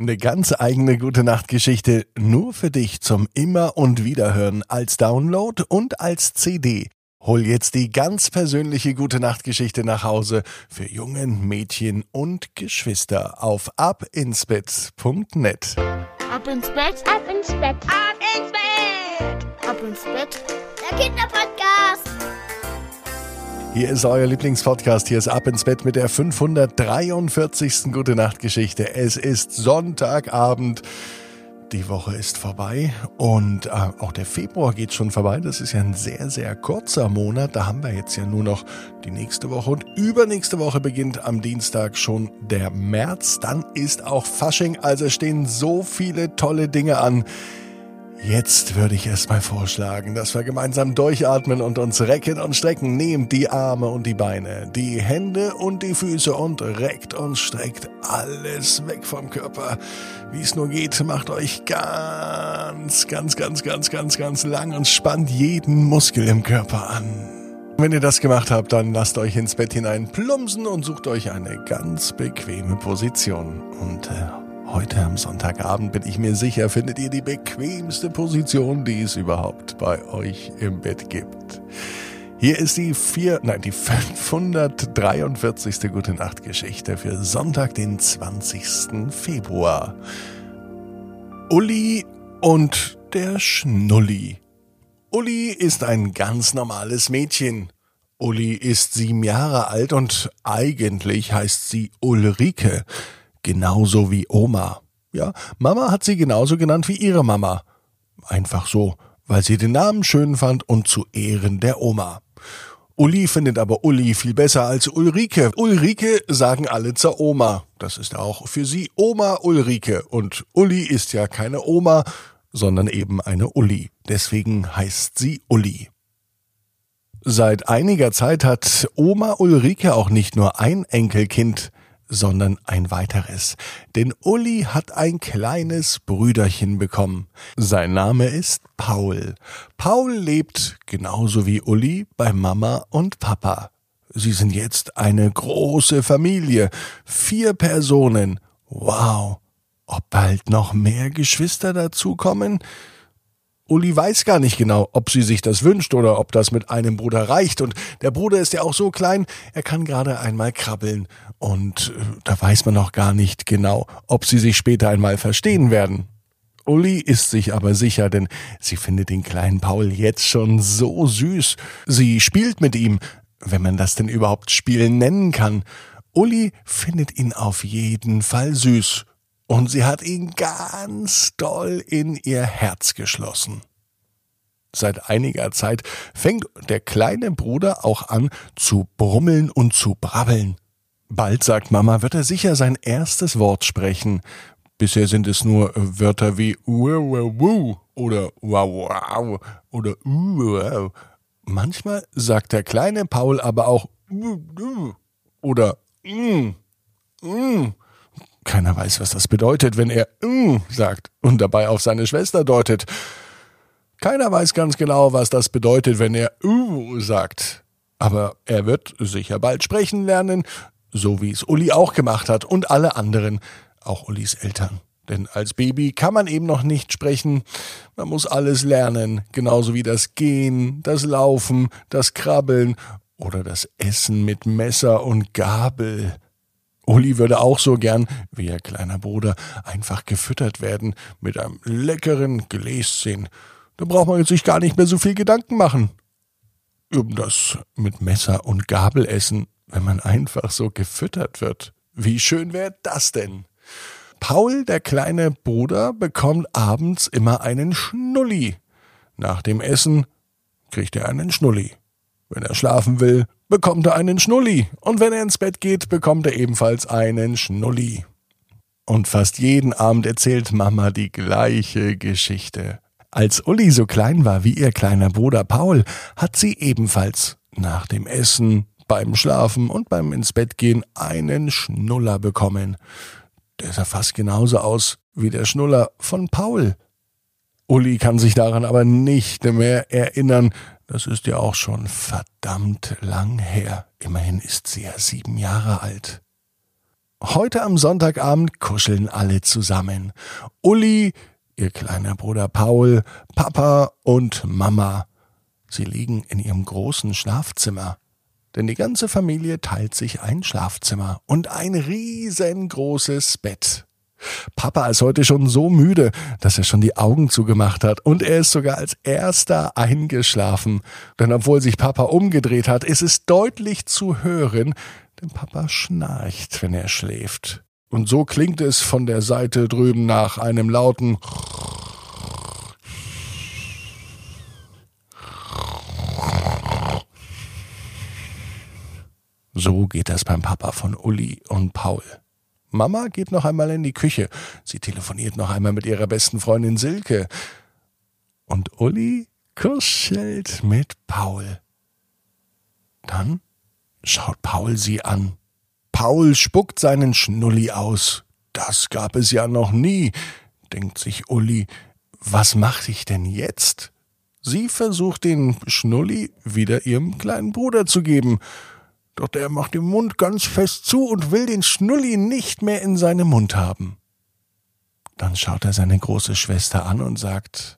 Eine ganz eigene Gute-Nacht-Geschichte nur für dich zum Immer- und Wiederhören als Download und als CD. Hol jetzt die ganz persönliche Gute-Nacht-Geschichte nach Hause für Jungen, Mädchen und Geschwister auf abinsbett.net. Ab ins Bett, ab ins Bett, ab ins Bett, ab ins Bett. Der Kinderpodcast. Hier ist euer Lieblingspodcast. Hier ist Ab ins Bett mit der 543. Gute-Nacht-Geschichte. Es ist Sonntagabend. Die Woche ist vorbei und auch der Februar geht schon vorbei. Das ist ja ein sehr, sehr kurzer Monat. Da haben wir jetzt ja nur noch die nächste Woche und übernächste Woche beginnt am Dienstag schon der März. Dann ist auch Fasching, also stehen so viele tolle Dinge an. Jetzt würde ich erst mal vorschlagen, dass wir gemeinsam durchatmen und uns recken und strecken. Nehmt die Arme und die Beine, die Hände und die Füße und reckt und streckt alles weg vom Körper. Wie es nur geht, macht euch ganz lang und spannt jeden Muskel im Körper an. Wenn ihr das gemacht habt, dann lasst euch ins Bett hinein plumpsen und sucht euch eine ganz bequeme Position. Und heute am Sonntagabend bin ich mir sicher, findet ihr die bequemste Position, die es überhaupt bei euch im Bett gibt. Hier ist die 543. Gute-Nacht-Geschichte für Sonntag, den 20. Februar. Uli und der Schnulli. Uli ist ein ganz normales Mädchen. Uli ist 7 Jahre alt und eigentlich heißt sie Ulrike. Genauso wie Oma. Ja, Mama hat sie genauso genannt wie ihre Mama. Einfach so, weil sie den Namen schön fand und zu Ehren der Oma. Uli findet aber Uli viel besser als Ulrike. Ulrike sagen alle zur Oma. Das ist auch für sie Oma Ulrike. Und Uli ist ja keine Oma, sondern eben eine Uli. Deswegen heißt sie Uli. Seit einiger Zeit hat Oma Ulrike auch nicht nur ein Enkelkind, sondern ein weiteres. Denn Uli hat ein kleines Brüderchen bekommen. Sein Name ist Paul. Paul lebt genauso wie Uli bei Mama und Papa. Sie sind jetzt eine große Familie. 4 Personen. Wow. Ob bald noch mehr Geschwister dazukommen? Uli weiß gar nicht genau, ob sie sich das wünscht oder ob das mit einem Bruder reicht. Und der Bruder ist ja auch so klein, er kann gerade einmal krabbeln. Und da weiß man noch gar nicht genau, ob sie sich später einmal verstehen werden. Uli ist sich aber sicher, denn sie findet den kleinen Paul jetzt schon so süß. Sie spielt mit ihm, wenn man das denn überhaupt Spielen nennen kann. Uli findet ihn auf jeden Fall süß. Und sie hat ihn ganz doll in ihr Herz geschlossen. Seit einiger Zeit fängt der kleine Bruder auch an zu brummeln und zu brabbeln. Bald, sagt Mama, wird er sicher sein erstes Wort sprechen. Bisher sind es nur Wörter wie wuh oder wow wow oder wow. Manchmal sagt der kleine Paul aber auch oder Keiner weiß, was das bedeutet, wenn er sagt und dabei auf seine Schwester deutet. Keiner weiß ganz genau, was das bedeutet, wenn er sagt. Aber er wird sicher bald sprechen lernen, so wie es Uli auch gemacht hat und alle anderen, auch Ulis Eltern. Denn als Baby kann man eben noch nicht sprechen. Man muss alles lernen, genauso wie das Gehen, das Laufen, das Krabbeln oder das Essen mit Messer und Gabel. Uli würde auch so gern, wie ihr kleiner Bruder, einfach gefüttert werden mit einem leckeren Gläschen. Da braucht man sich gar nicht mehr so viel Gedanken machen. Das mit Messer und Gabel essen, wenn man einfach so gefüttert wird. Wie schön wäre das denn? Paul, der kleine Bruder, bekommt abends immer einen Schnulli. Nach dem Essen kriegt er einen Schnulli. Wenn er schlafen will, bekommt er einen Schnulli. Und wenn er ins Bett geht, bekommt er ebenfalls einen Schnulli. Und fast jeden Abend erzählt Mama die gleiche Geschichte. Als Uli so klein war wie ihr kleiner Bruder Paul, hat sie ebenfalls nach dem Essen, beim Schlafen und beim ins Bett gehen einen Schnuller bekommen. Der sah fast genauso aus wie der Schnuller von Paul. Uli kann sich daran aber nicht mehr erinnern. Das ist ja auch schon verdammt lang her. Immerhin ist sie ja 7 Jahre alt. Heute am Sonntagabend kuscheln alle zusammen. Uli, ihr kleiner Bruder Paul, Papa und Mama. Sie liegen in ihrem großen Schlafzimmer. Denn die ganze Familie teilt sich ein Schlafzimmer und ein riesengroßes Bett. Papa ist heute schon so müde, dass er schon die Augen zugemacht hat und er ist sogar als erster eingeschlafen. Denn obwohl sich Papa umgedreht hat, ist es deutlich zu hören, denn Papa schnarcht, wenn er schläft. Und so klingt es von der Seite drüben nach einem lauten So geht das beim Papa von Uli und Paul. Mama geht noch einmal in die Küche. Sie telefoniert noch einmal mit ihrer besten Freundin Silke. Und Uli kuschelt mit Paul. Dann schaut Paul sie an. Paul spuckt seinen Schnulli aus. Das gab es ja noch nie, denkt sich Uli. Was mache ich denn jetzt? Sie versucht den Schnulli wieder ihrem kleinen Bruder zu geben. Doch der macht den Mund ganz fest zu und will den Schnulli nicht mehr in seinem Mund haben. Dann schaut er seine große Schwester an und sagt: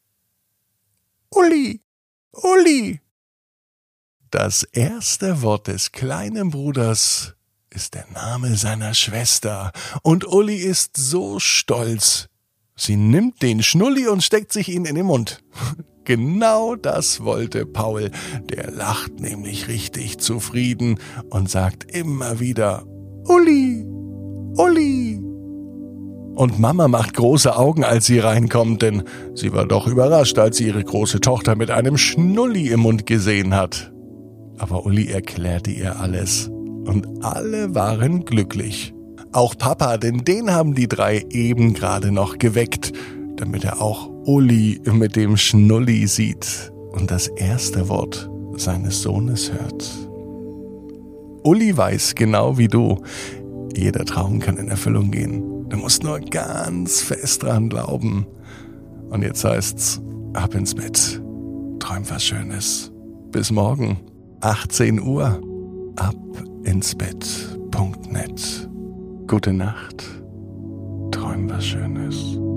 Uli, Uli! Das erste Wort des kleinen Bruders ist der Name seiner Schwester. Und Uli ist so stolz. Sie nimmt den Schnulli und steckt sich ihn in den Mund. Genau das wollte Paul. Der lacht nämlich richtig zufrieden und sagt immer wieder: Uli, Uli. Und Mama macht große Augen, als sie reinkommt, denn sie war doch überrascht, als sie ihre große Tochter mit einem Schnulli im Mund gesehen hat. Aber Uli erklärte ihr alles und alle waren glücklich. Auch Papa, denn den haben die drei eben gerade noch geweckt, damit er auch Uli mit dem Schnulli sieht und das erste Wort seines Sohnes hört. Uli weiß genau wie du, jeder Traum kann in Erfüllung gehen. Du musst nur ganz fest dran glauben. Und jetzt heißt's, ab ins Bett. Träum was Schönes. Bis morgen, 18 Uhr. abinsbett.net. Gute Nacht. Träum was Schönes.